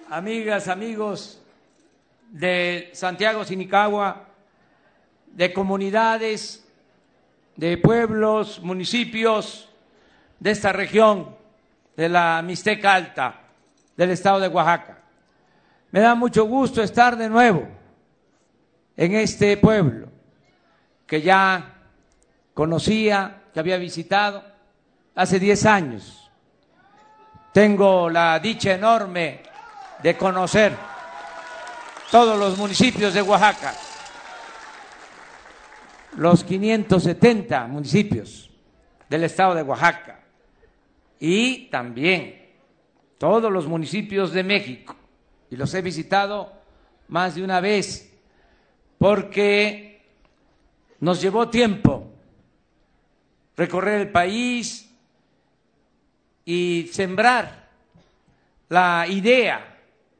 amigas, amigos de Santiago Sinicagua, de comunidades, de pueblos, municipios de esta región de la Mixteca Alta del estado de Oaxaca. Me da mucho gusto estar de nuevo en este pueblo que ya conocía, que había visitado hace 10 años. Tengo la dicha enorme de conocer todos los municipios de Oaxaca, los 570 municipios del estado de Oaxaca y también todos los municipios de México. Y los he visitado más de una vez porque nos llevó tiempo recorrer el país y sembrar la idea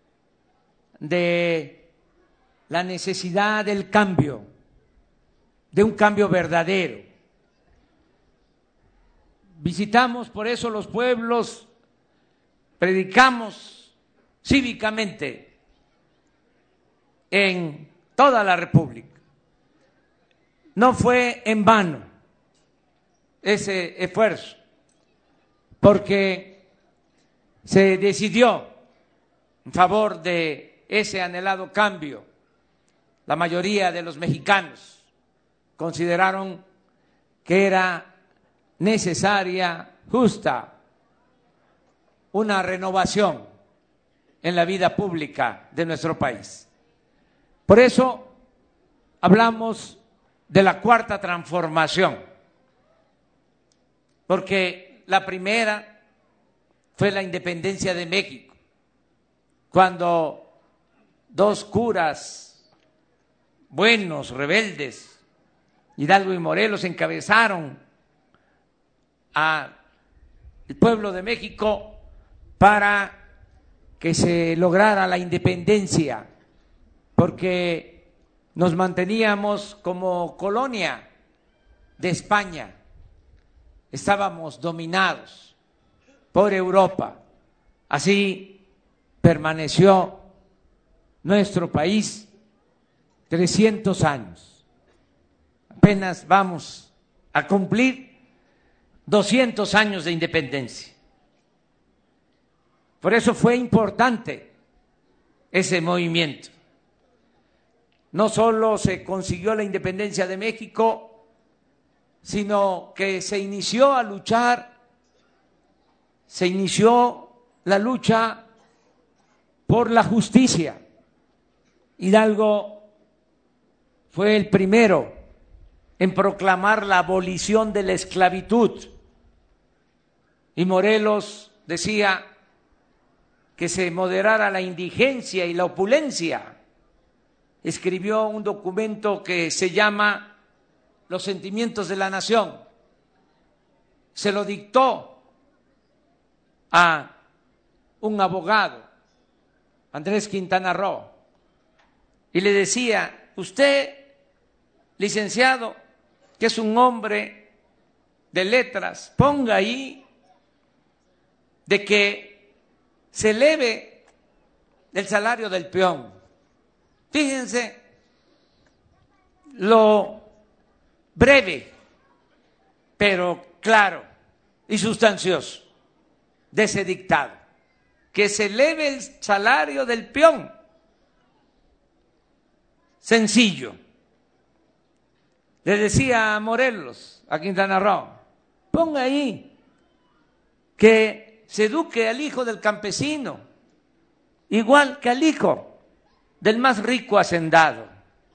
de la necesidad del cambio, de un cambio verdadero. Visitamos por eso los pueblos, predicamos cívicamente en toda la República. No fue en vano ese esfuerzo, porque se decidió en favor de ese anhelado cambio. La mayoría de los mexicanos consideraron que era necesaria, justa, una renovación en la vida pública de nuestro país. Por eso hablamos de la cuarta transformación, porque la primera fue la independencia de México, cuando dos curas buenos, rebeldes, Hidalgo y Morelos, encabezaron al pueblo de México para que se lograra la independencia, porque nos manteníamos como colonia de España, estábamos dominados por Europa. Así permaneció nuestro país 300 años. Apenas vamos a cumplir 200 años de independencia. Por eso fue importante ese movimiento. No solo se consiguió la independencia de México, sino que se inició la lucha por la justicia. Hidalgo fue el primero en proclamar la abolición de la esclavitud y Morelos decía que se moderara la indigencia y la opulencia. Escribió un documento que se llama Los Sentimientos de la Nación. Se lo dictó a un abogado, Andrés Quintana Roo, y le decía: usted, licenciado, que es un hombre de letras, ponga ahí de que se eleve el salario del peón. Fíjense lo breve, pero claro y sustancioso de ese dictado: que se eleve el salario del peón. Sencillo. Le decía a Morelos, a Quintana Roo: ponga ahí que se eduque al hijo del campesino igual que al hijo del más rico hacendado.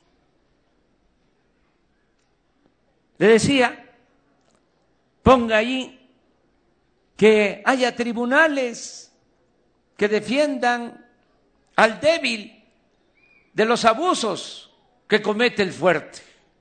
Le decía: ponga ahí que haya tribunales que defiendan al débil de los abusos que comete el fuerte.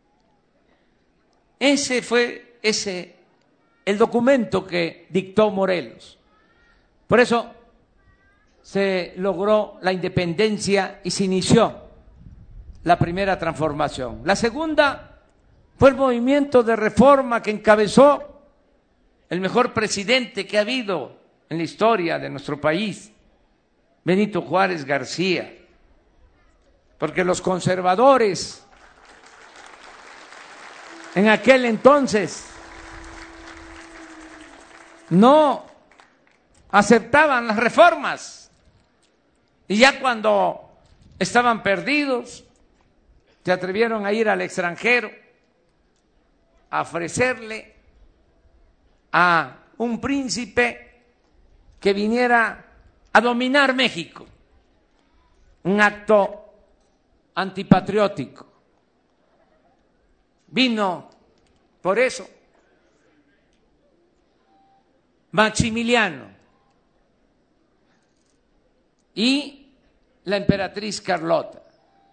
Ese fue el documento que dictó Morelos. Por eso se logró la independencia y se inició la primera transformación. La segunda fue el movimiento de reforma que encabezó el mejor presidente que ha habido en la historia de nuestro país, Benito Juárez García, porque los conservadores en aquel entonces no aceptaban las reformas y ya cuando estaban perdidos se atrevieron a ir al extranjero a ofrecerle a un príncipe que viniera a dominar México, un acto antipatriótico. Vino por eso Maximiliano y la emperatriz Carlota,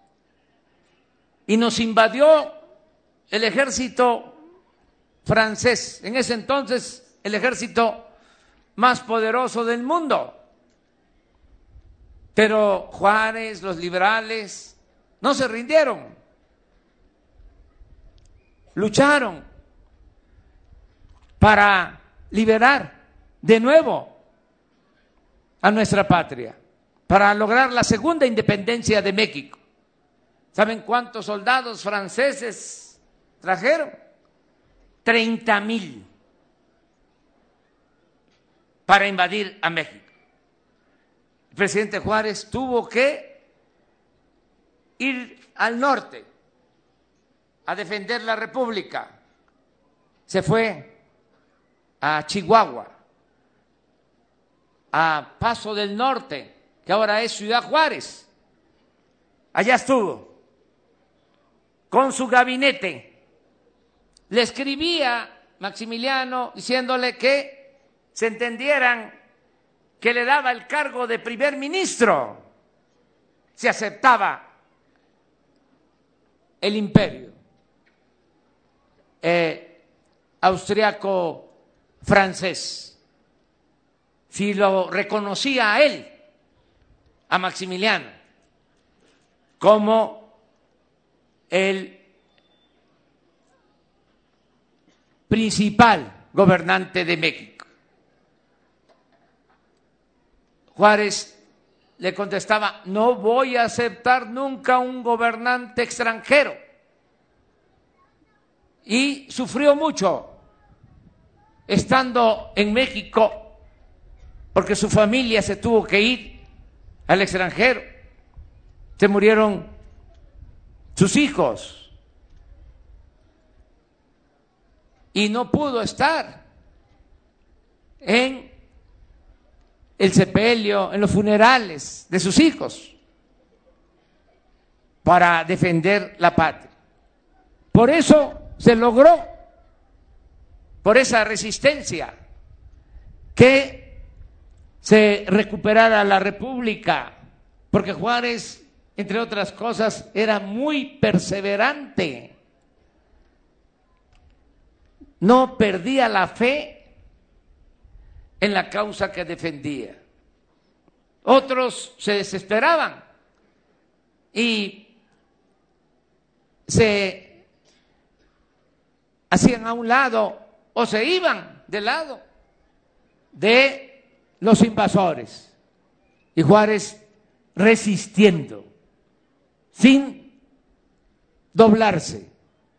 y nos invadió el ejército francés, en ese entonces el ejército más poderoso del mundo. Pero Juárez, los liberales, no se rindieron, lucharon para liberar de nuevo a nuestra patria, para lograr la segunda independencia de México. ¿Saben cuántos soldados franceses trajeron? 30,000 para invadir a México. El presidente Juárez tuvo que ir al norte a defender la República. Se fue a Chihuahua, a Paso del Norte, que ahora es Ciudad Juárez. Allá estuvo con su gabinete. Le escribía Maximiliano diciéndole que se entendieran que le daba el cargo de primer ministro si aceptaba el imperio austriaco francés, si lo reconocía a él, a Maximiliano, como el principal gobernante de México. Juárez le contestaba: no voy a aceptar nunca un gobernante extranjero. Y sufrió mucho estando en México porque su familia se tuvo que ir al extranjero. Se murieron sus hijos y no pudo estar en el sepelio, en los funerales de sus hijos para defender la patria. Por eso se logró, por esa resistencia, que se recuperara la República, porque Juárez, entre otras cosas, era muy perseverante. No perdía la fe en la causa que defendía. Otros se desesperaban y se hacían a un lado o se iban del lado de los invasores. Y Juárez resistiendo, sin doblarse.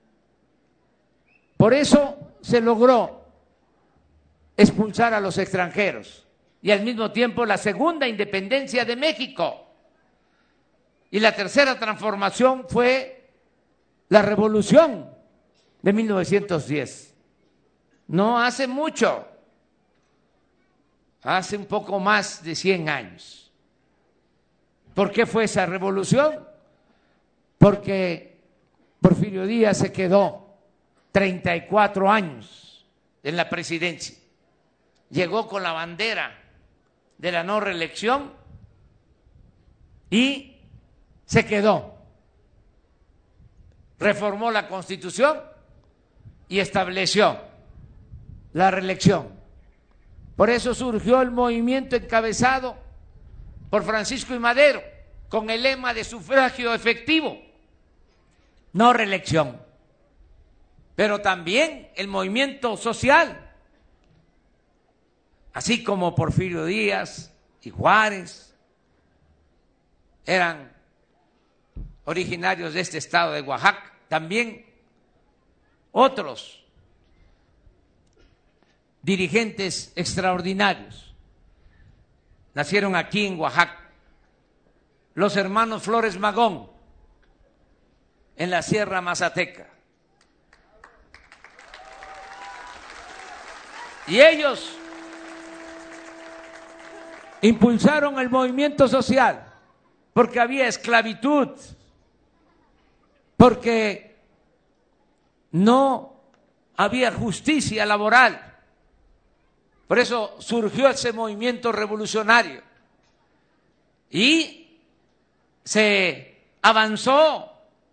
Por eso se logró expulsar a los extranjeros y al mismo tiempo la segunda independencia de México. Y la tercera transformación fue la Revolución de 1910. No hace mucho, hace un poco más de 100 años. ¿Por qué fue esa revolución? Porque Porfirio Díaz se quedó 34 años en la presidencia. Llegó con la bandera de la no reelección y se quedó. Reformó la Constitución y estableció la reelección. Por eso surgió el movimiento encabezado por Francisco I. Madero con el lema de sufragio efectivo, no reelección. Pero también el movimiento social, así como Porfirio Díaz y Juárez eran originarios de este estado de Oaxaca, también otros dirigentes extraordinarios nacieron aquí en Oaxaca. Los hermanos Flores Magón en la Sierra Mazateca. Y ellos impulsaron el movimiento social porque había esclavitud, porque no había justicia laboral. Por eso surgió ese movimiento revolucionario y se avanzó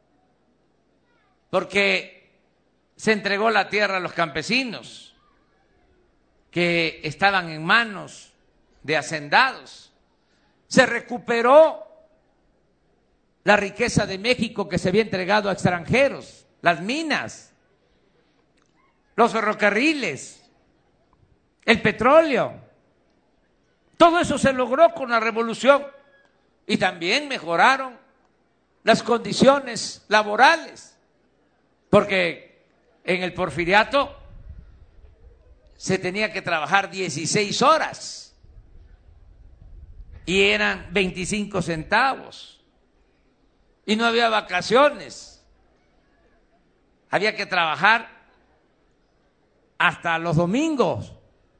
porque se entregó la tierra a los campesinos que estaban en manos de hacendados. Se recuperó la riqueza de México que se había entregado a extranjeros, las minas, los ferrocarriles, el petróleo. Todo eso se logró con la revolución y también mejoraron las condiciones laborales, porque en el porfiriato se tenía que trabajar 16 horas y eran 25 centavos y no había vacaciones, había que trabajar hasta los domingos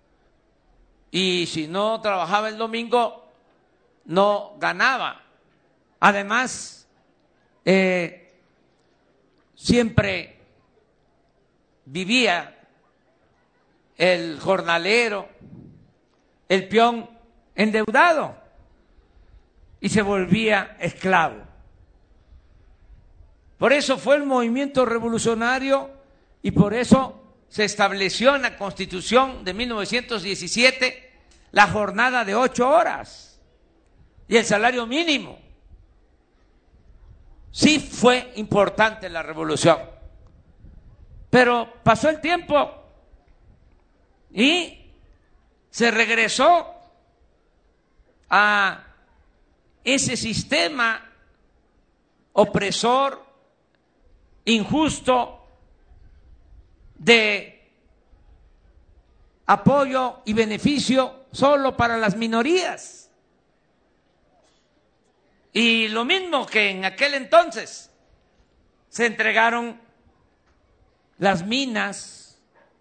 y si no trabajaba el domingo no ganaba. Además, siempre vivía el jornalero, el peón endeudado y se volvía esclavo. Por eso fue el movimiento revolucionario y por eso se estableció en la Constitución de 1917 la jornada de 8 horas y el salario mínimo. Sí fue importante la revolución, pero pasó el tiempo y se regresó a ese sistema opresor, injusto, de apoyo y beneficio solo para las minorías. Y lo mismo que en aquel entonces se entregaron las minas,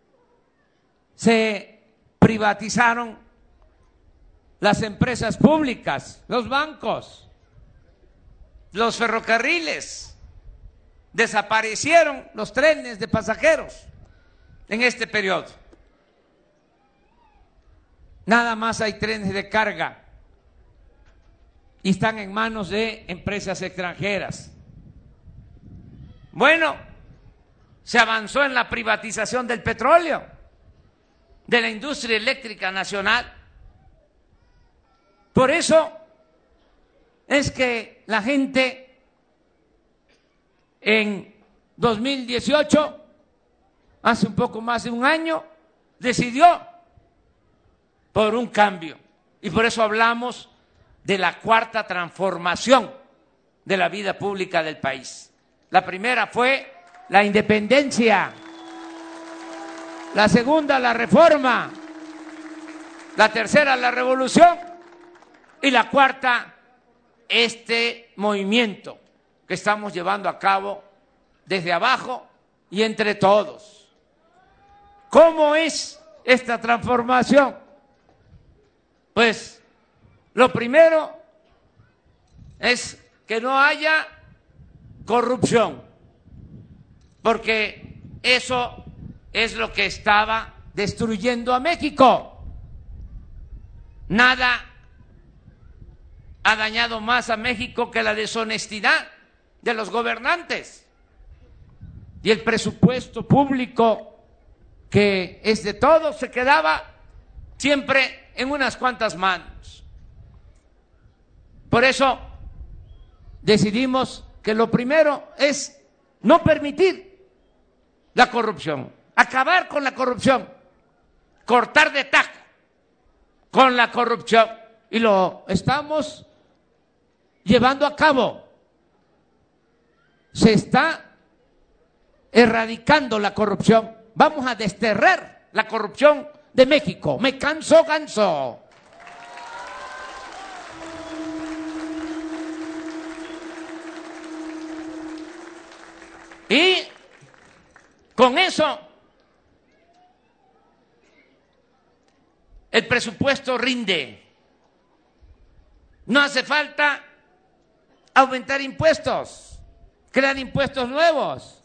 se privatizaron las empresas públicas, los bancos, los ferrocarriles, desaparecieron los trenes de pasajeros en este periodo. Nada más hay trenes de carga y están en manos de empresas extranjeras. Bueno, se avanzó en la privatización del petróleo, de la industria eléctrica nacional. Por eso es que la gente en 2018, hace un poco más de un año, decidió por un cambio. Y por eso hablamos de la cuarta transformación de la vida pública del país. La primera fue la independencia, la segunda la reforma, la tercera la revolución y la cuarta este movimiento que estamos llevando a cabo desde abajo y entre todos. ¿Cómo es esta transformación? Pues lo primero es que no haya corrupción, porque eso es lo que estaba destruyendo a México. Nada ha dañado más a México que la deshonestidad de los gobernantes y el presupuesto público, que es de todos, se quedaba siempre en unas cuantas manos. Por eso decidimos que lo primero es no permitir la corrupción, acabar con la corrupción, cortar de tajo con la corrupción, y lo estamos llevando llevando a cabo. Se está erradicando la corrupción. Vamos a desterrar la corrupción de México. Me canso, ganso. Y con eso el presupuesto rinde. No hace falta aumentar impuestos, crear impuestos nuevos,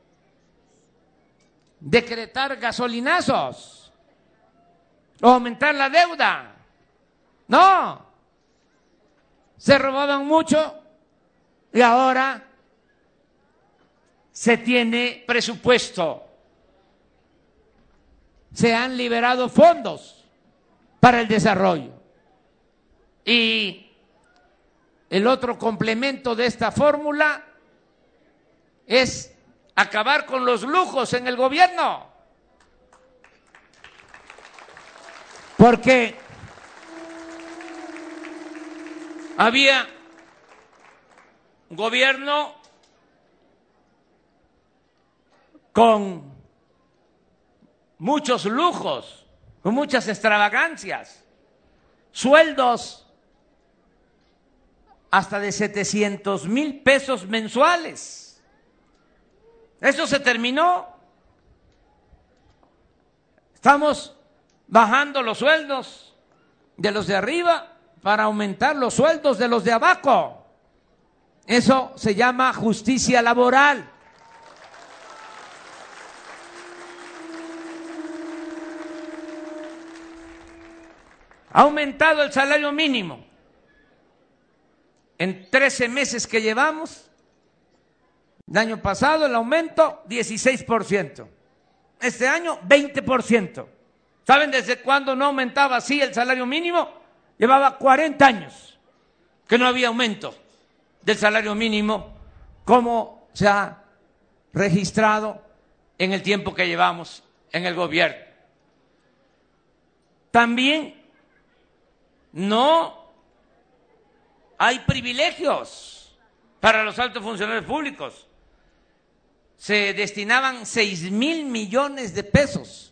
decretar gasolinazos o aumentar la deuda. No, se robaban mucho y ahora se tiene presupuesto. Se han liberado fondos para el desarrollo. Y el otro complemento de esta fórmula es acabar con los lujos en el gobierno. Porque había un gobierno con muchos lujos, con muchas extravagancias, sueldos hasta de 700,000 pesos mensuales. Eso se terminó. Estamos bajando los sueldos de los de arriba para aumentar los sueldos de los de abajo. Eso se llama justicia laboral. Ha aumentado el salario mínimo. En 13 meses que llevamos, el año pasado el aumento 16%. Este año 20%. ¿Saben desde cuándo no aumentaba así el salario mínimo? Llevaba 40 años que no había aumento del salario mínimo como se ha registrado en el tiempo que llevamos en el gobierno. También no hay privilegios para los altos funcionarios públicos. Se destinaban 6,000 millones de pesos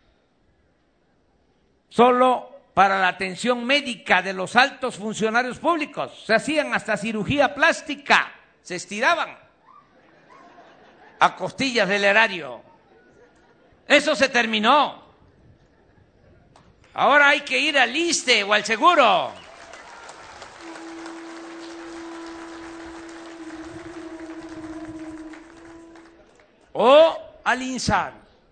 solo para la atención médica de los altos funcionarios públicos. Se hacían hasta cirugía plástica, se estiraban a costillas del erario. Eso se terminó. Ahora hay que ir al ISSSTE o al seguro. O al INSABI.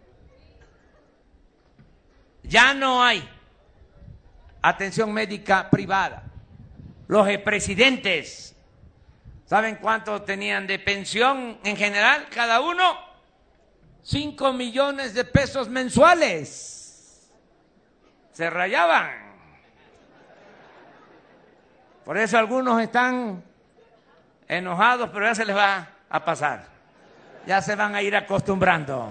Ya no hay atención médica privada. Los expresidentes, ¿saben cuánto tenían de pensión en general cada uno? 5 millones de pesos mensuales. Se rayaban. Por eso algunos están enojados, pero ya se les va a pasar. Ya se van a ir acostumbrando.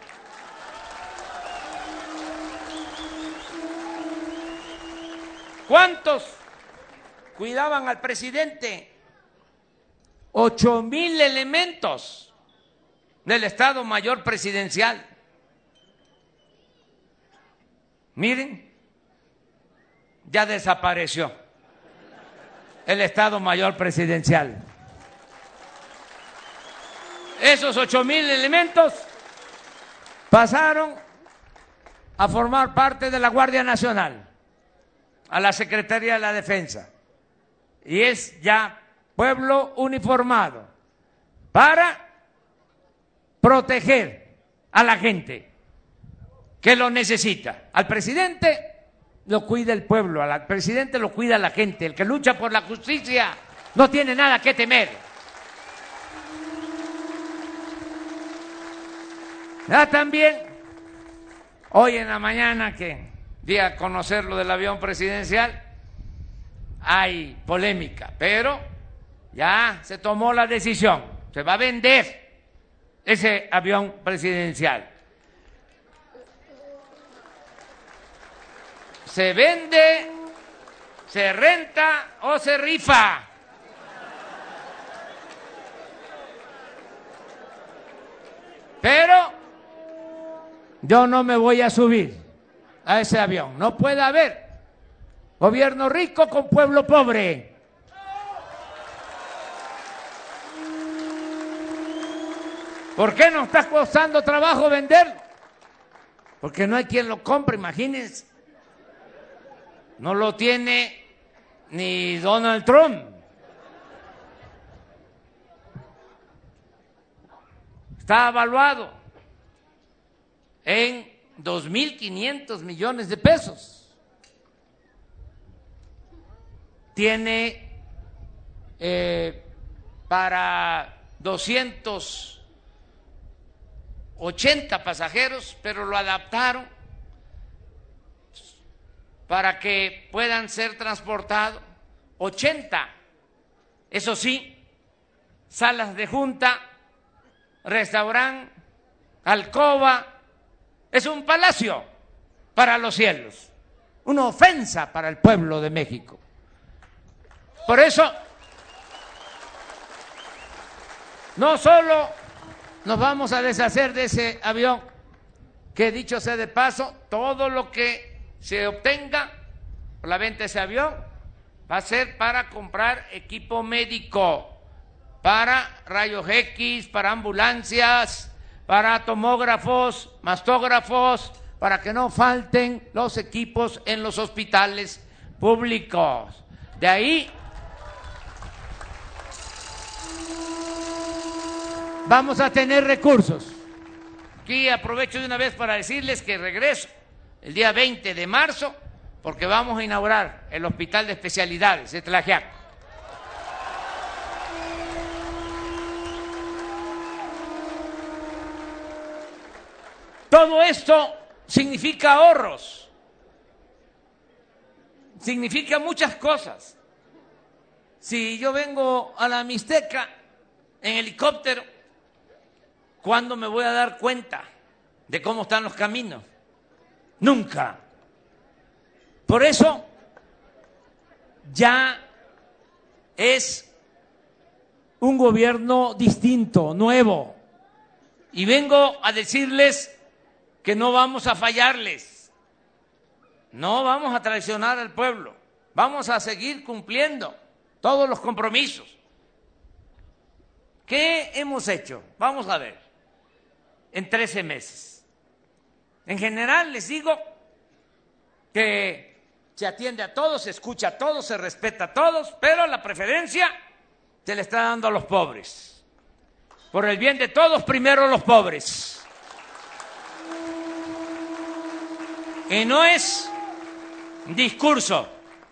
¿Cuántos cuidaban al presidente? 8,000 elementos del Estado Mayor Presidencial. Miren, ya desapareció el Estado Mayor Presidencial. Esos 8,000 elementos pasaron a formar parte de la Guardia Nacional, a la Secretaría de la Defensa, y es ya pueblo uniformado para proteger a la gente que lo necesita. Al presidente lo cuida el pueblo, al presidente lo cuida la gente. El que lucha por la justicia no tiene nada que temer. Ya también, hoy en la mañana que di a conocer lo del avión presidencial, hay polémica, pero ya se tomó la decisión, se va a vender ese avión presidencial. Se vende, se renta o se rifa. Pero yo no me voy a subir a ese avión. No puede haber gobierno rico con pueblo pobre. ¿Por qué nos está costando trabajo venderlo? Porque no hay quien lo compre, imagínense. No lo tiene ni Donald Trump. Está evaluado en 2.500 millones de pesos. Tiene para 280 pasajeros, pero lo adaptaron para que puedan ser transportados 80. Eso sí, salas de junta, restaurante, alcoba. Es un palacio para los cielos, una ofensa para el pueblo de México. Por eso, no solo nos vamos a deshacer de ese avión, que dicho sea de paso, todo lo que se obtenga por la venta de ese avión va a ser para comprar equipo médico, para rayos X, para ambulancias, para tomógrafos, mastógrafos, para que no falten los equipos en los hospitales públicos. De ahí vamos a tener recursos. Aquí aprovecho de una vez para decirles que regreso el día 20 de marzo porque vamos a inaugurar el Hospital de Especialidades de Tlaxiaco. Todo esto significa ahorros, significa muchas cosas. Si yo vengo a la Mixteca en helicóptero, ¿cuándo me voy a dar cuenta de cómo están los caminos? Nunca. Por eso ya es un gobierno distinto, nuevo. Y vengo a decirles que no vamos a fallarles, no vamos a traicionar al pueblo, vamos a seguir cumpliendo todos los compromisos. ¿Qué hemos hecho? Vamos a ver, en 13 meses. En general les digo que se atiende a todos, se escucha a todos, se respeta a todos, pero la preferencia se le está dando a los pobres. Por el bien de todos, primero los pobres. Y no es discurso,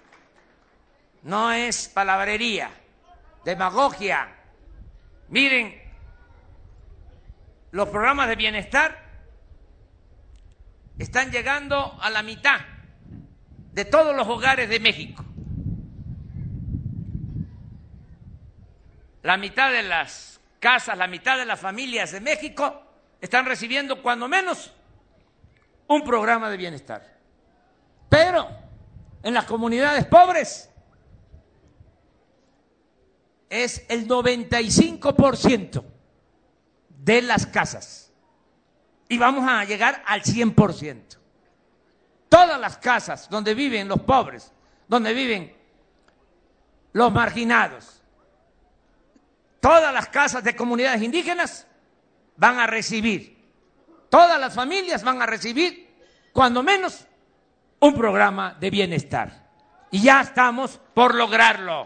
no es palabrería, demagogia. Miren, los programas de bienestar están llegando a la mitad de todos los hogares de México. La mitad de las casas, la mitad de las familias de México están recibiendo cuando menos un programa de bienestar. Pero en las comunidades pobres es el 95% de las casas y vamos a llegar al 100%. Todas las casas donde viven los pobres, donde viven los marginados, todas las casas de comunidades indígenas van a recibir, todas las familias van a recibir, cuando menos, un programa de bienestar. Y ya estamos por lograrlo.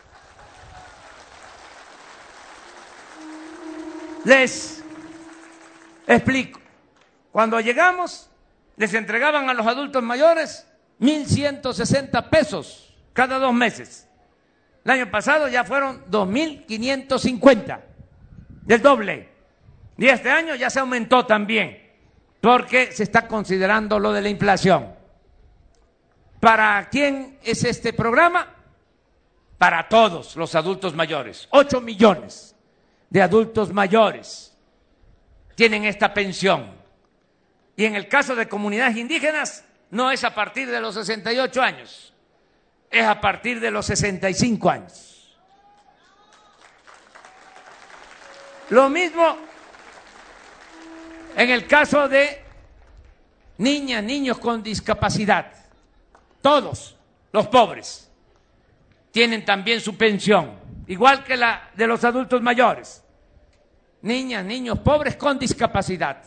Les explico. Cuando llegamos, les entregaban a los adultos mayores 1.160 pesos cada 2 meses. El año pasado ya fueron 2.550, del doble. Y este año ya se aumentó también, porque se está considerando lo de la inflación. ¿Para quién es este programa? Para todos los adultos mayores. 8 millones de adultos mayores tienen esta pensión. Y en el caso de comunidades indígenas, no es a partir de los 68 años, es a partir de los 65 años. Lo mismo En el caso de niñas, niños con discapacidad, todos los pobres tienen también su pensión, igual que la de los adultos mayores. Niñas, niños pobres con discapacidad.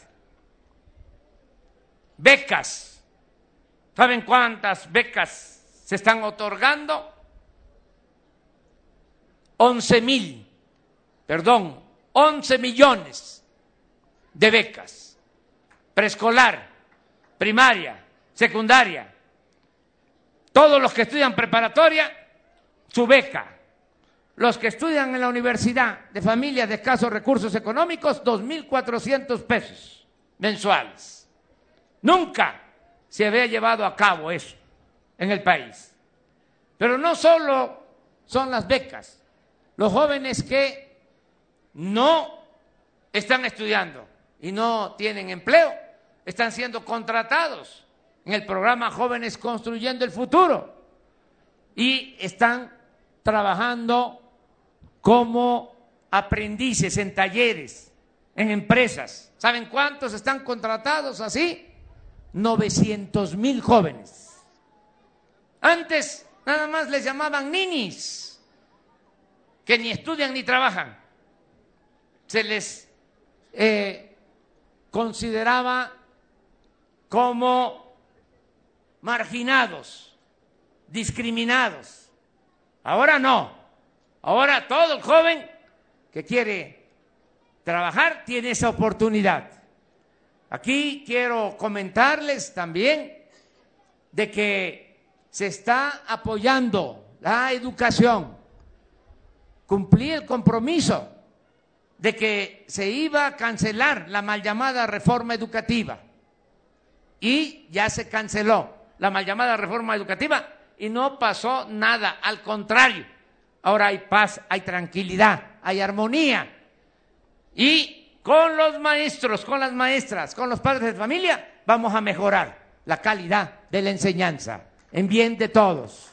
Becas. ¿Saben cuántas becas se están otorgando? 11 millones de becas. Preescolar, primaria, secundaria. Todos los que estudian preparatoria, su beca. Los que estudian en la universidad de familias de escasos recursos económicos, 2.400 pesos mensuales. Nunca se había llevado a cabo eso en el país. Pero no solo son las becas. Los jóvenes que no están estudiando y no tienen empleo, están siendo contratados en el programa Jóvenes Construyendo el Futuro y están trabajando como aprendices en talleres, en empresas. ¿Saben cuántos están contratados así? 900,000 jóvenes. Antes nada más les llamaban ninis, que ni estudian ni trabajan. Se les consideraba como marginados, discriminados. Ahora no. Ahora todo el joven que quiere trabajar tiene esa oportunidad. Aquí quiero comentarles también de que se está apoyando la educación. Cumplí el compromiso de que se iba a cancelar la mal llamada reforma educativa y ya se canceló la mal llamada reforma educativa y no pasó nada, al contrario. Ahora hay paz, hay tranquilidad, hay armonía. Y con los maestros, con las maestras, con los padres de familia, vamos a mejorar la calidad de la enseñanza en bien de todos.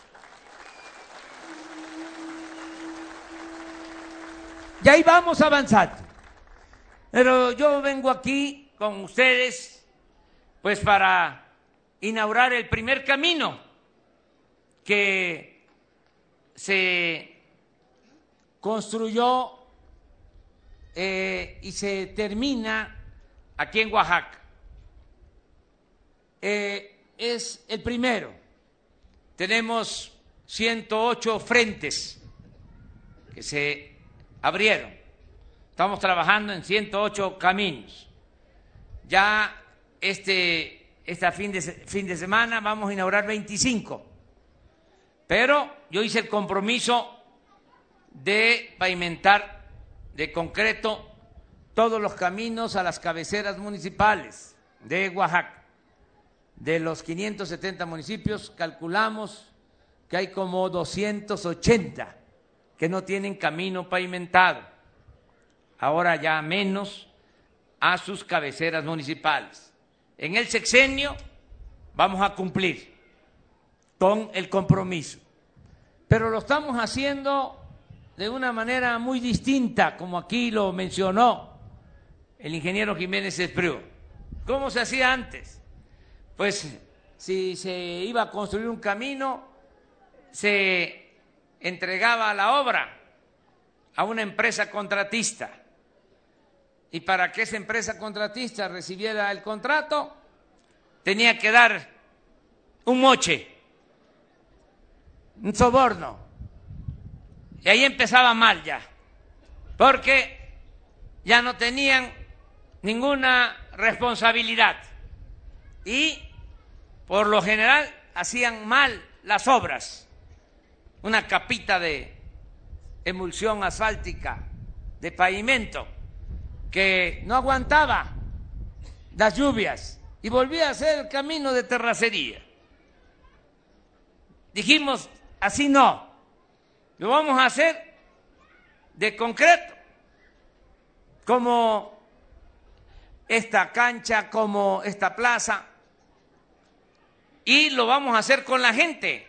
Y ahí vamos avanzando. Pero yo vengo aquí con ustedes pues para inaugurar el primer camino que se construyó y se termina aquí en Oaxaca. Es el primero. Tenemos 108 frentes que se abrieron. Estamos trabajando en 108 caminos. Ya este fin de semana vamos a inaugurar 25. Pero yo hice el compromiso de pavimentar de concreto todos los caminos a las cabeceras municipales de Oaxaca. De los 570 municipios, calculamos que hay como 280 que no tienen camino pavimentado. Ahora ya menos a sus cabeceras municipales. En el sexenio vamos a cumplir con el compromiso, pero lo estamos haciendo de una manera muy distinta, como aquí lo mencionó el ingeniero Jiménez Espriu. ¿Cómo se hacía antes? Pues si se iba a construir un camino, se entregaba la obra a una empresa contratista. Y para que esa empresa contratista recibiera el contrato, tenía que dar un moche, un soborno. Y ahí empezaba mal ya, porque ya no tenían ninguna responsabilidad. Y por lo general hacían mal las obras. Una capita de emulsión asfáltica, de pavimento, que no aguantaba las lluvias y volvía a ser el camino de terracería. Dijimos, así no, lo vamos a hacer de concreto, como esta cancha, como esta plaza, y lo vamos a hacer con la gente.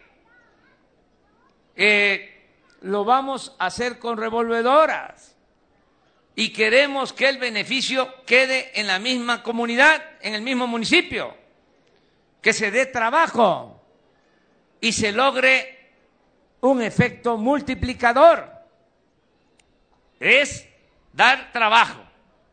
Lo vamos a hacer con revolvedoras, y queremos que el beneficio quede en la misma comunidad, en el mismo municipio, que se dé trabajo y se logre un efecto multiplicador. Es dar trabajo,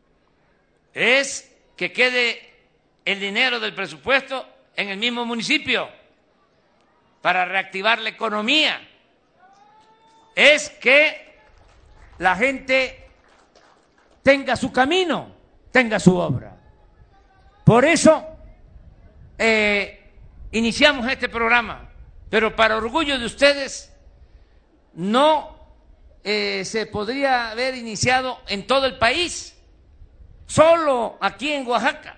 es que quede el dinero del presupuesto en el mismo municipio para reactivar la economía, es que la gente tenga su camino, tenga su obra. Por eso iniciamos este programa, pero para orgullo de ustedes no se podría haber iniciado en todo el país, solo aquí en Oaxaca.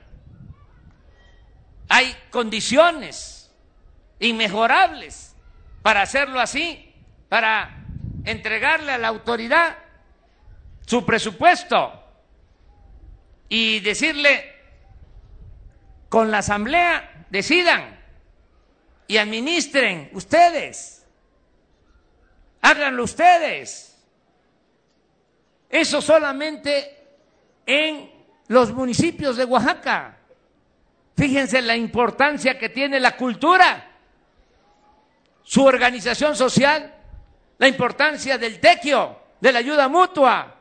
Hay condiciones inmejorables para hacerlo así, para entregarle a la autoridad su presupuesto y decirle: con la asamblea decidan y administren ustedes, háganlo ustedes. Eso solamente en los municipios de Oaxaca. Fíjense la importancia que tiene la cultura, su organización social, la importancia del tequio, de la ayuda mutua.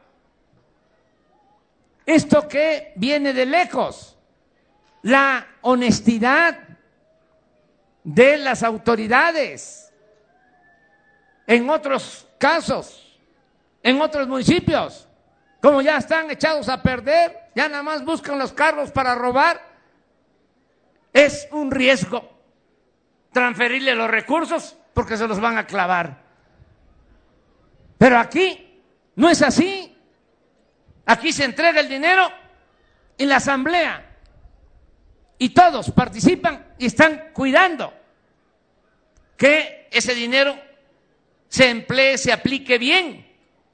Esto que viene de lejos, la honestidad de las autoridades. En otros casos, en otros municipios, como ya están echados a perder, ya nada más buscan los carros para robar, es un riesgo transferirle los recursos porque se los van a clavar. Pero aquí no es así. Aquí se entrega el dinero en la asamblea y todos participan y están cuidando que ese dinero se emplee, se aplique bien.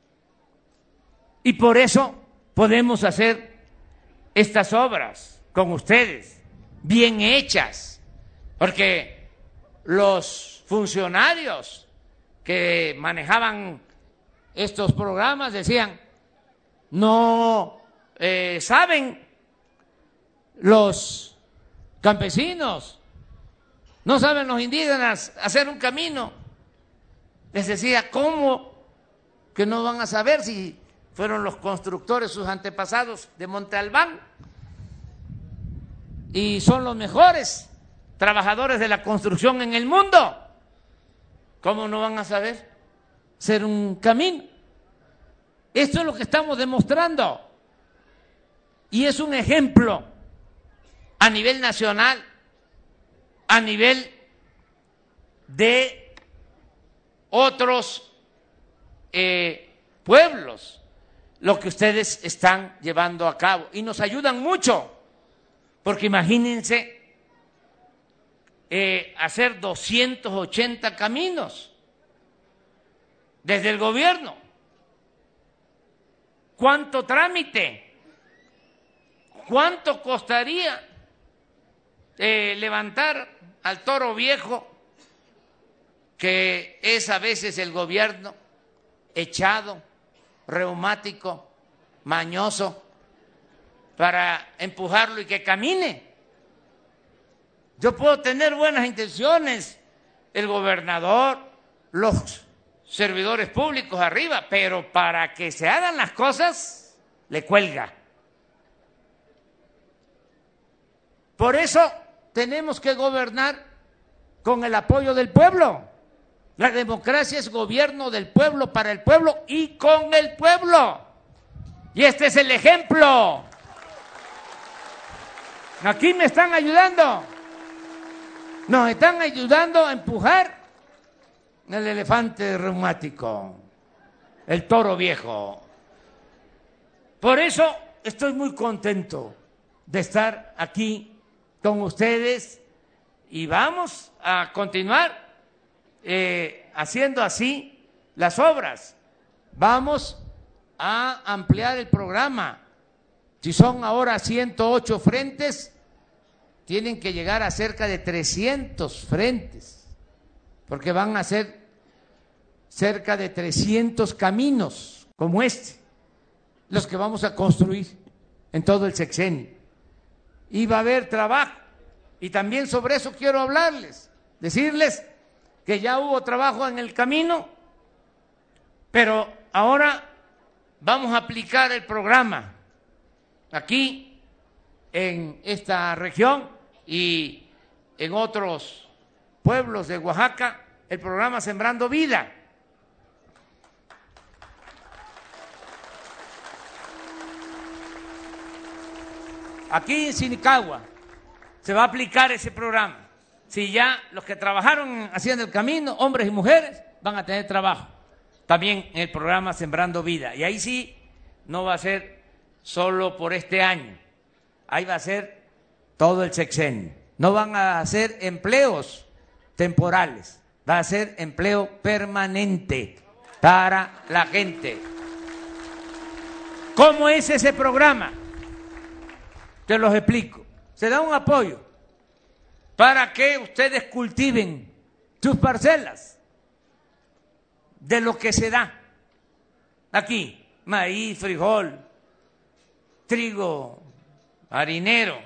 Y por eso podemos hacer estas obras con ustedes, bien hechas, porque los funcionarios que manejaban estos programas decían: no saben los campesinos, no saben los indígenas hacer un camino. Les decía: ¿cómo que no van a saber si fueron los constructores, sus antepasados de Monte Albán? Y son los mejores trabajadores de la construcción en el mundo. ¿Cómo no van a saber hacer un camino? Esto es lo que estamos demostrando. Y es un ejemplo a nivel nacional, a nivel de otros pueblos, lo que ustedes están llevando a cabo. Y nos ayudan mucho. Porque imagínense hacer 280 caminos desde el gobierno. ¿Cuánto trámite? ¿Cuánto costaría levantar al toro viejo, que es a veces el gobierno echado, reumático, mañoso, para empujarlo y que camine? Yo puedo tener buenas intenciones, el gobernador, los servidores públicos arriba, pero para que se hagan las cosas, le cuelga. Por eso tenemos que gobernar con el apoyo del pueblo. La democracia es gobierno del pueblo, para el pueblo y con el pueblo. Y este es el ejemplo. Aquí me están ayudando. Nos están ayudando a empujar el elefante reumático, el toro viejo. Por eso estoy muy contento de estar aquí con ustedes y vamos a continuar haciendo así las obras. Vamos a ampliar el programa. Si son ahora 108 frentes, tienen que llegar a cerca de 300 frentes, porque van a ser cerca de 300 caminos como este. los que vamos a construir en todo el sexenio. Y va a haber trabajo. Y también sobre eso quiero hablarles, decirles que ya hubo trabajo en el camino, pero ahora vamos a aplicar el programa aquí en esta región y en otros pueblos de Oaxaca, el programa Sembrando Vida. Aquí en Sinicagua se va a aplicar ese programa. Si ya los que trabajaron haciendo el camino, hombres y mujeres, van a tener trabajo también en el programa Sembrando Vida. Y ahí sí no va a ser solo por este año, ahí va a ser todo el sexenio. No van a ser empleos temporales, va a ser empleo permanente para la gente. ¿Cómo es ese programa? Te los explico. Se da un apoyo para que ustedes cultiven sus parcelas de lo que se da aquí: maíz, frijol, trigo, harinero,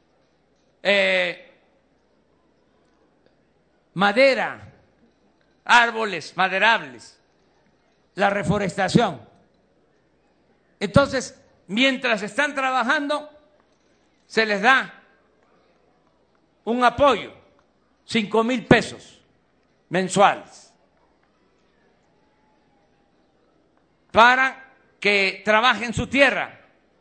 madera, árboles maderables, la reforestación. Entonces, mientras están trabajando, se les da un apoyo, 5,000 pesos mensuales, para que trabajen su tierra.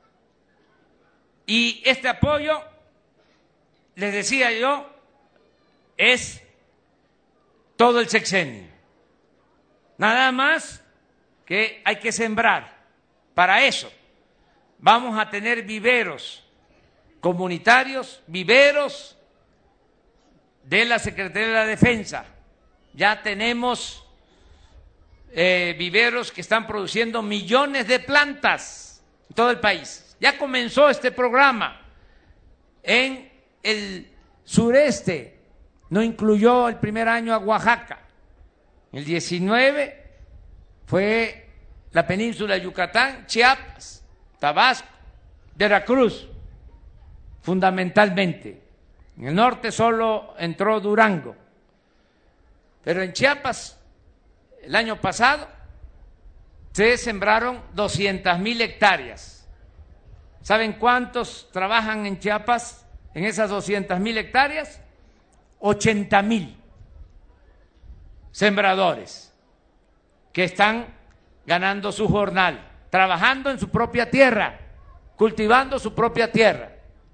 Y este apoyo, les decía yo, es todo el sexenio. Nada más que hay que sembrar. Para eso vamos a tener viveros comunitarios, viveros de la Secretaría de la Defensa. Ya tenemos viveros que están produciendo millones de plantas en todo el país. Ya comenzó este programa en el sureste, no incluyó el primer año a Oaxaca. El 19 fue la península de Yucatán, Chiapas, Tabasco, Veracruz, fundamentalmente. En el norte solo entró Durango, pero en Chiapas el año pasado se sembraron 200,000 hectáreas. ¿Saben cuántos trabajan en Chiapas en esas 200,000 hectáreas? 80,000 sembradores que están ganando su jornal, trabajando en su propia tierra, cultivando su propia tierra.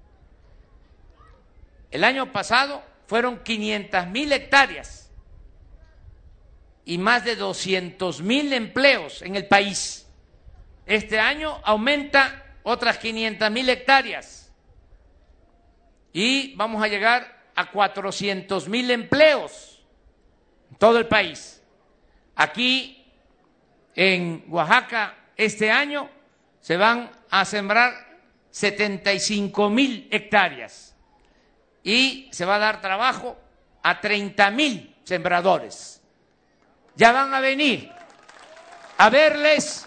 El año pasado fueron 500,000 hectáreas y más de 200,000 empleos en el país. Este año aumenta otras 500,000 hectáreas y vamos a llegar a 400,000 empleos en todo el país. Aquí en Oaxaca este año se van a sembrar 75,000 hectáreas y se va a dar trabajo a 30,000 sembradores. Ya van a venir a verles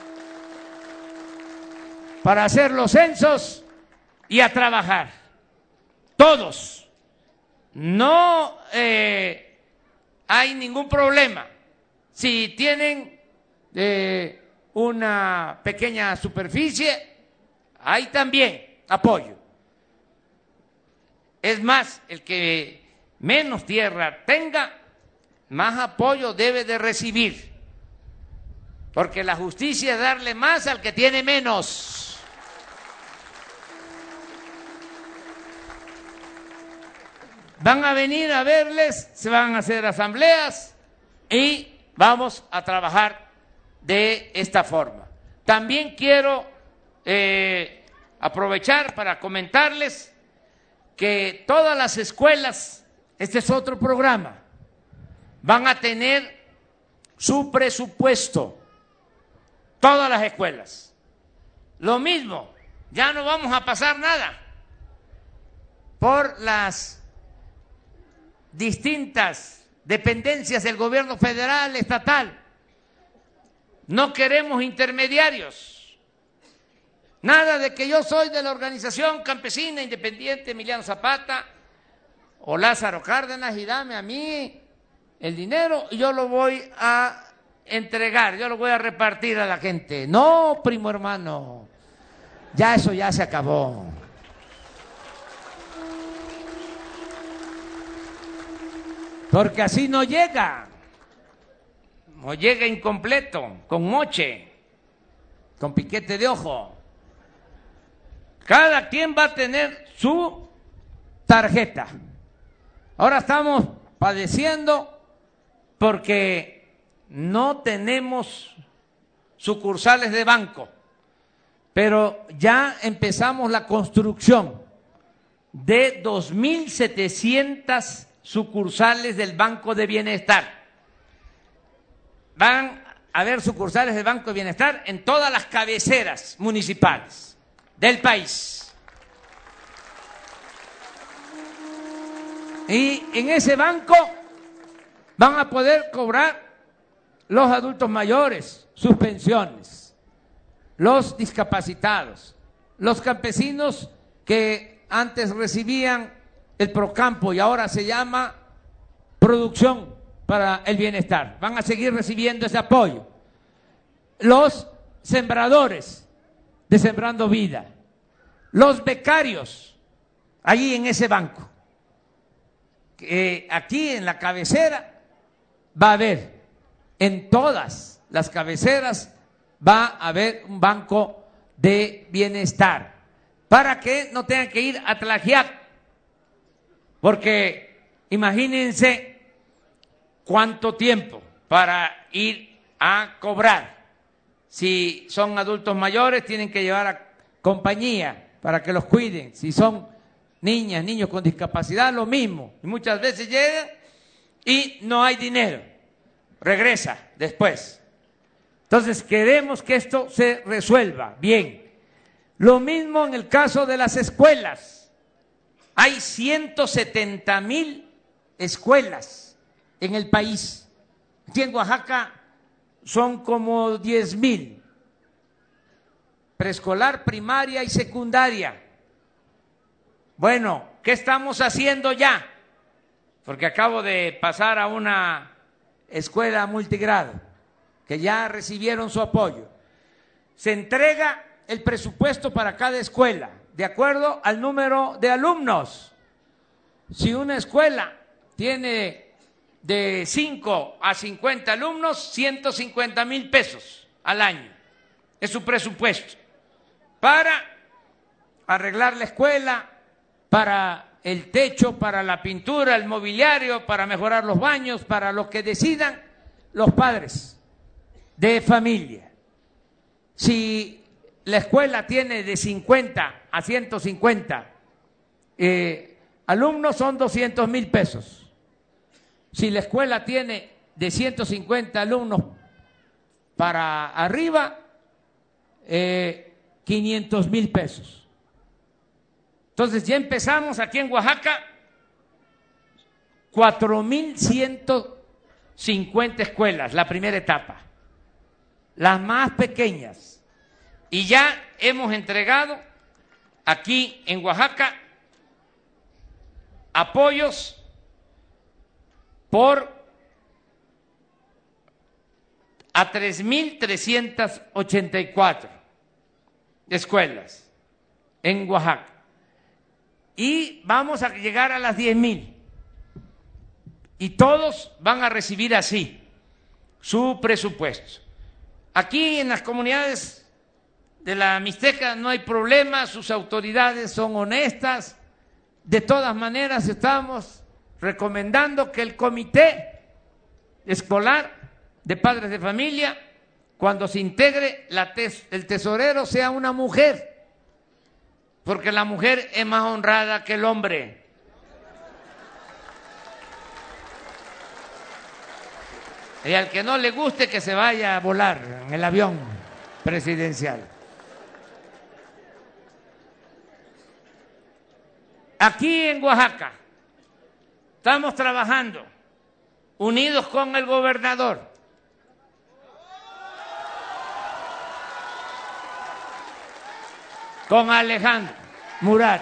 para hacer los censos y a trabajar. Todos. No hay ningún problema. Si tienen una pequeña superficie, hay también apoyo. Es más, el que menos tierra tenga, más apoyo debe de recibir, porque la justicia es darle más al que tiene menos. Van a venir a verles, se van a hacer asambleas y vamos a trabajar de esta forma. También quiero aprovechar para comentarles que todas las escuelas, este es otro programa, van a tener su presupuesto, todas las escuelas. Lo mismo, ya no vamos a pasar nada por las distintas dependencias del gobierno federal, estatal. No queremos intermediarios. Nada de que yo soy de la organización campesina independiente Emiliano Zapata o Lázaro Cárdenas y dame a mí el dinero y yo lo voy a entregar, yo lo voy a repartir a la gente. No, primo hermano, ya eso ya se acabó. Porque así no llega, o llega incompleto, con moche, con piquete de ojo. Cada quien va a tener su tarjeta. Ahora estamos padeciendo porque no tenemos sucursales de banco, pero ya empezamos la construcción de 2.700 sucursales del Banco de Bienestar. Van a haber sucursales del Banco de Bienestar en todas las cabeceras municipales del país. Y en ese banco van a poder cobrar los adultos mayores sus pensiones, los discapacitados, los campesinos que antes recibían el Procampo y ahora se llama Producción para el Bienestar, van a seguir recibiendo ese apoyo. Los sembradores de Sembrando Vida, los becarios allí en ese banco. Aquí en la cabecera va a haber, en todas las cabeceras va a haber un banco de bienestar para que no tengan que ir a Tlaxiaco, porque imagínense cuánto tiempo para ir a cobrar. Si son adultos mayores, tienen que llevar a compañía para que los cuiden. Si son niñas, niños con discapacidad, lo mismo. Y muchas veces llegan y no hay dinero. Regresa después. Entonces, queremos que esto se resuelva bien. Lo mismo en el caso de las escuelas. Hay 170,000 escuelas en el país. Aquí en Oaxaca son como 10,000, preescolar, primaria y secundaria. Bueno, ¿qué estamos haciendo ya? Porque acabo de pasar a una escuela multigrado, que ya recibieron su apoyo. Se entrega el presupuesto para cada escuela, de acuerdo al número de alumnos. Si una escuela tiene de 5 a 50 alumnos, 150,000 pesos al año. Es su presupuesto para arreglar la escuela, para el techo, para la pintura, el mobiliario, para mejorar los baños, para lo que decidan los padres de familia. Si la escuela tiene de 50 a 150 alumnos, son 200,000 pesos. Si la escuela tiene de 150 alumnos para arriba, 500,000 pesos. Entonces ya empezamos aquí en Oaxaca 4,150 escuelas, la primera etapa, las más pequeñas. Y ya hemos entregado aquí en Oaxaca apoyos a 3,384 escuelas en Oaxaca. Y vamos a llegar a las 10,000. Y todos van a recibir así su presupuesto. Aquí en las comunidades de la Mixteca no hay problema, sus autoridades son honestas. De todas maneras estamos recomendando que el comité escolar de padres de familia, cuando se integre el tesorero, sea una mujer, porque la mujer es más honrada que el hombre. Y al que no le guste, que se vaya a volar en el avión presidencial. Aquí en Oaxaca estamos trabajando unidos con el gobernador . con Alejandro Murat.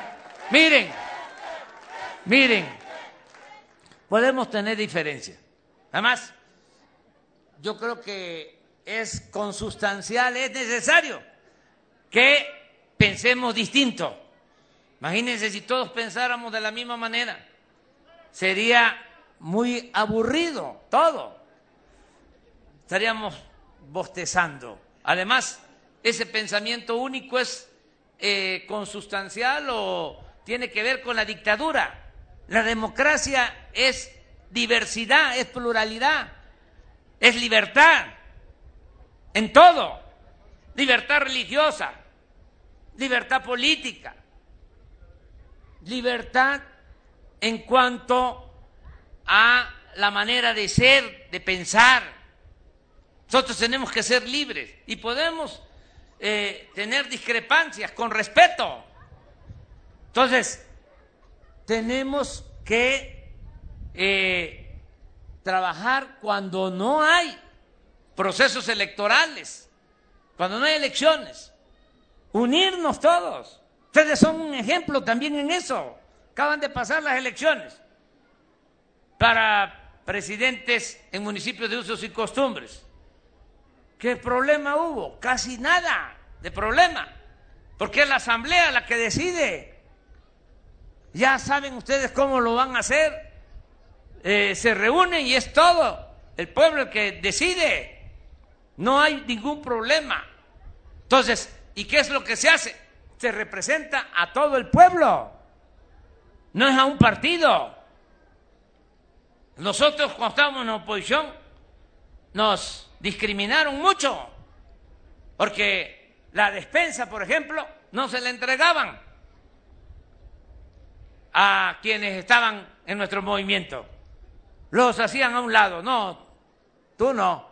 Miren, podemos tener diferencias. Además, yo creo que es consustancial, es necesario que pensemos distinto. Imagínense si todos pensáramos de la misma manera. Sería muy aburrido todo. Estaríamos bostezando. Además, ese pensamiento único es consustancial o tiene que ver con la dictadura. La democracia es diversidad, es pluralidad, es libertad en todo. Libertad religiosa, libertad política, libertad en cuanto a la manera de ser, de pensar. Nosotros tenemos que ser libres y podemos tener discrepancias con respeto. Entonces, tenemos que trabajar cuando no hay procesos electorales, cuando no hay elecciones, unirnos todos. Ustedes son un ejemplo también en eso. Acaban de pasar las elecciones para presidentes en municipios de usos y costumbres. ¿Qué problema hubo? Casi nada de problema, porque es la asamblea la que decide. Ya saben ustedes cómo lo van a hacer. Se reúnen y es todo el pueblo el que decide. No hay ningún problema. Entonces, ¿y qué es lo que se hace? Se representa a todo el pueblo, no es a un partido. Nosotros cuando estábamos en oposición nos discriminaron mucho, porque la despensa, por ejemplo, no se la entregaban a quienes estaban en nuestro movimiento. Los hacían a un lado. No, tú no.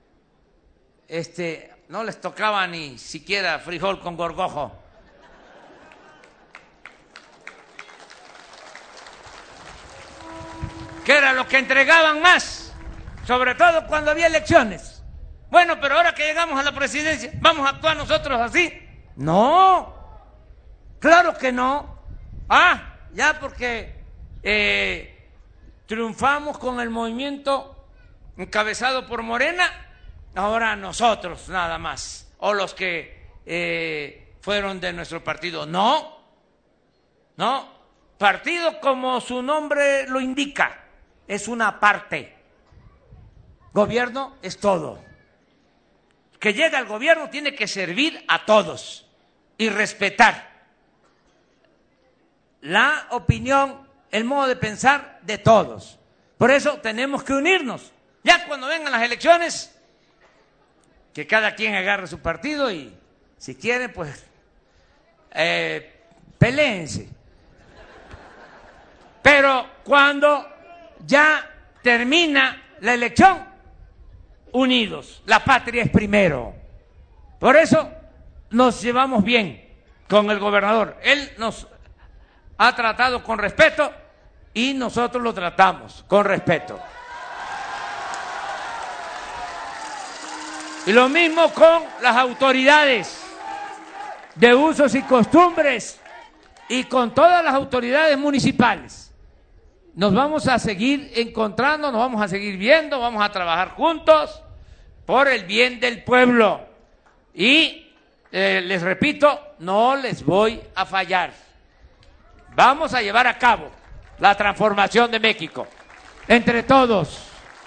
No les tocaba ni siquiera frijol con gorgojo. Que era lo que entregaban más, sobre todo cuando había elecciones. Bueno, pero ahora que llegamos a la presidencia, ¿vamos a actuar nosotros así? No, claro que no. Ya porque triunfamos con el movimiento encabezado por Morena, ahora nosotros nada más, o los que fueron de nuestro partido. No, partido como su nombre lo indica, es una parte. Gobierno es todo. Que llega al gobierno tiene que servir a todos y respetar la opinión, el modo de pensar de todos. Por eso tenemos que unirnos. Ya cuando vengan las elecciones, que cada quien agarre su partido y si quieren, pues peléense. Pero cuando ya termina la elección, unidos, la patria es primero. Por eso nos llevamos bien con el gobernador. Él nos ha tratado con respeto y nosotros lo tratamos con respeto. Y lo mismo con las autoridades de usos y costumbres y con todas las autoridades municipales. Nos vamos a seguir encontrando, nos vamos a seguir viendo, vamos a trabajar juntos por el bien del pueblo. Y les repito, no les voy a fallar. Vamos a llevar a cabo la transformación de México entre todos.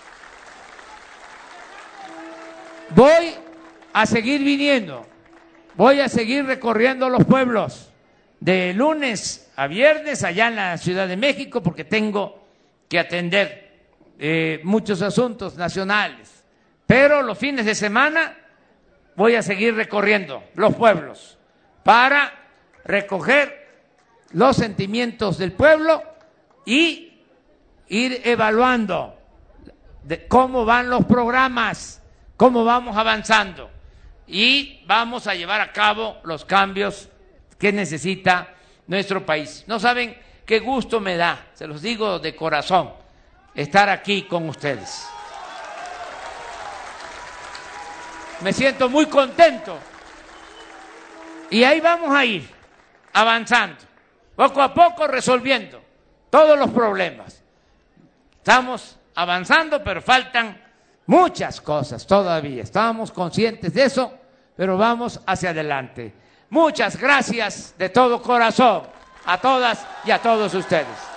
Voy a seguir viniendo, voy a seguir recorriendo los pueblos de lunes a viernes allá en la Ciudad de México, porque tengo que atender muchos asuntos nacionales. Pero los fines de semana voy a seguir recorriendo los pueblos para recoger los sentimientos del pueblo y ir evaluando cómo van los programas, cómo vamos avanzando, y vamos a llevar a cabo los cambios que necesita nuestro país. No saben qué gusto me da, se los digo de corazón, estar aquí con ustedes. Me siento muy contento y ahí vamos a ir. avanzando, poco a poco resolviendo todos los problemas. Estamos avanzando, pero faltan muchas cosas todavía. Estamos conscientes de eso, pero vamos hacia adelante. Muchas gracias de todo corazón a todas y a todos ustedes.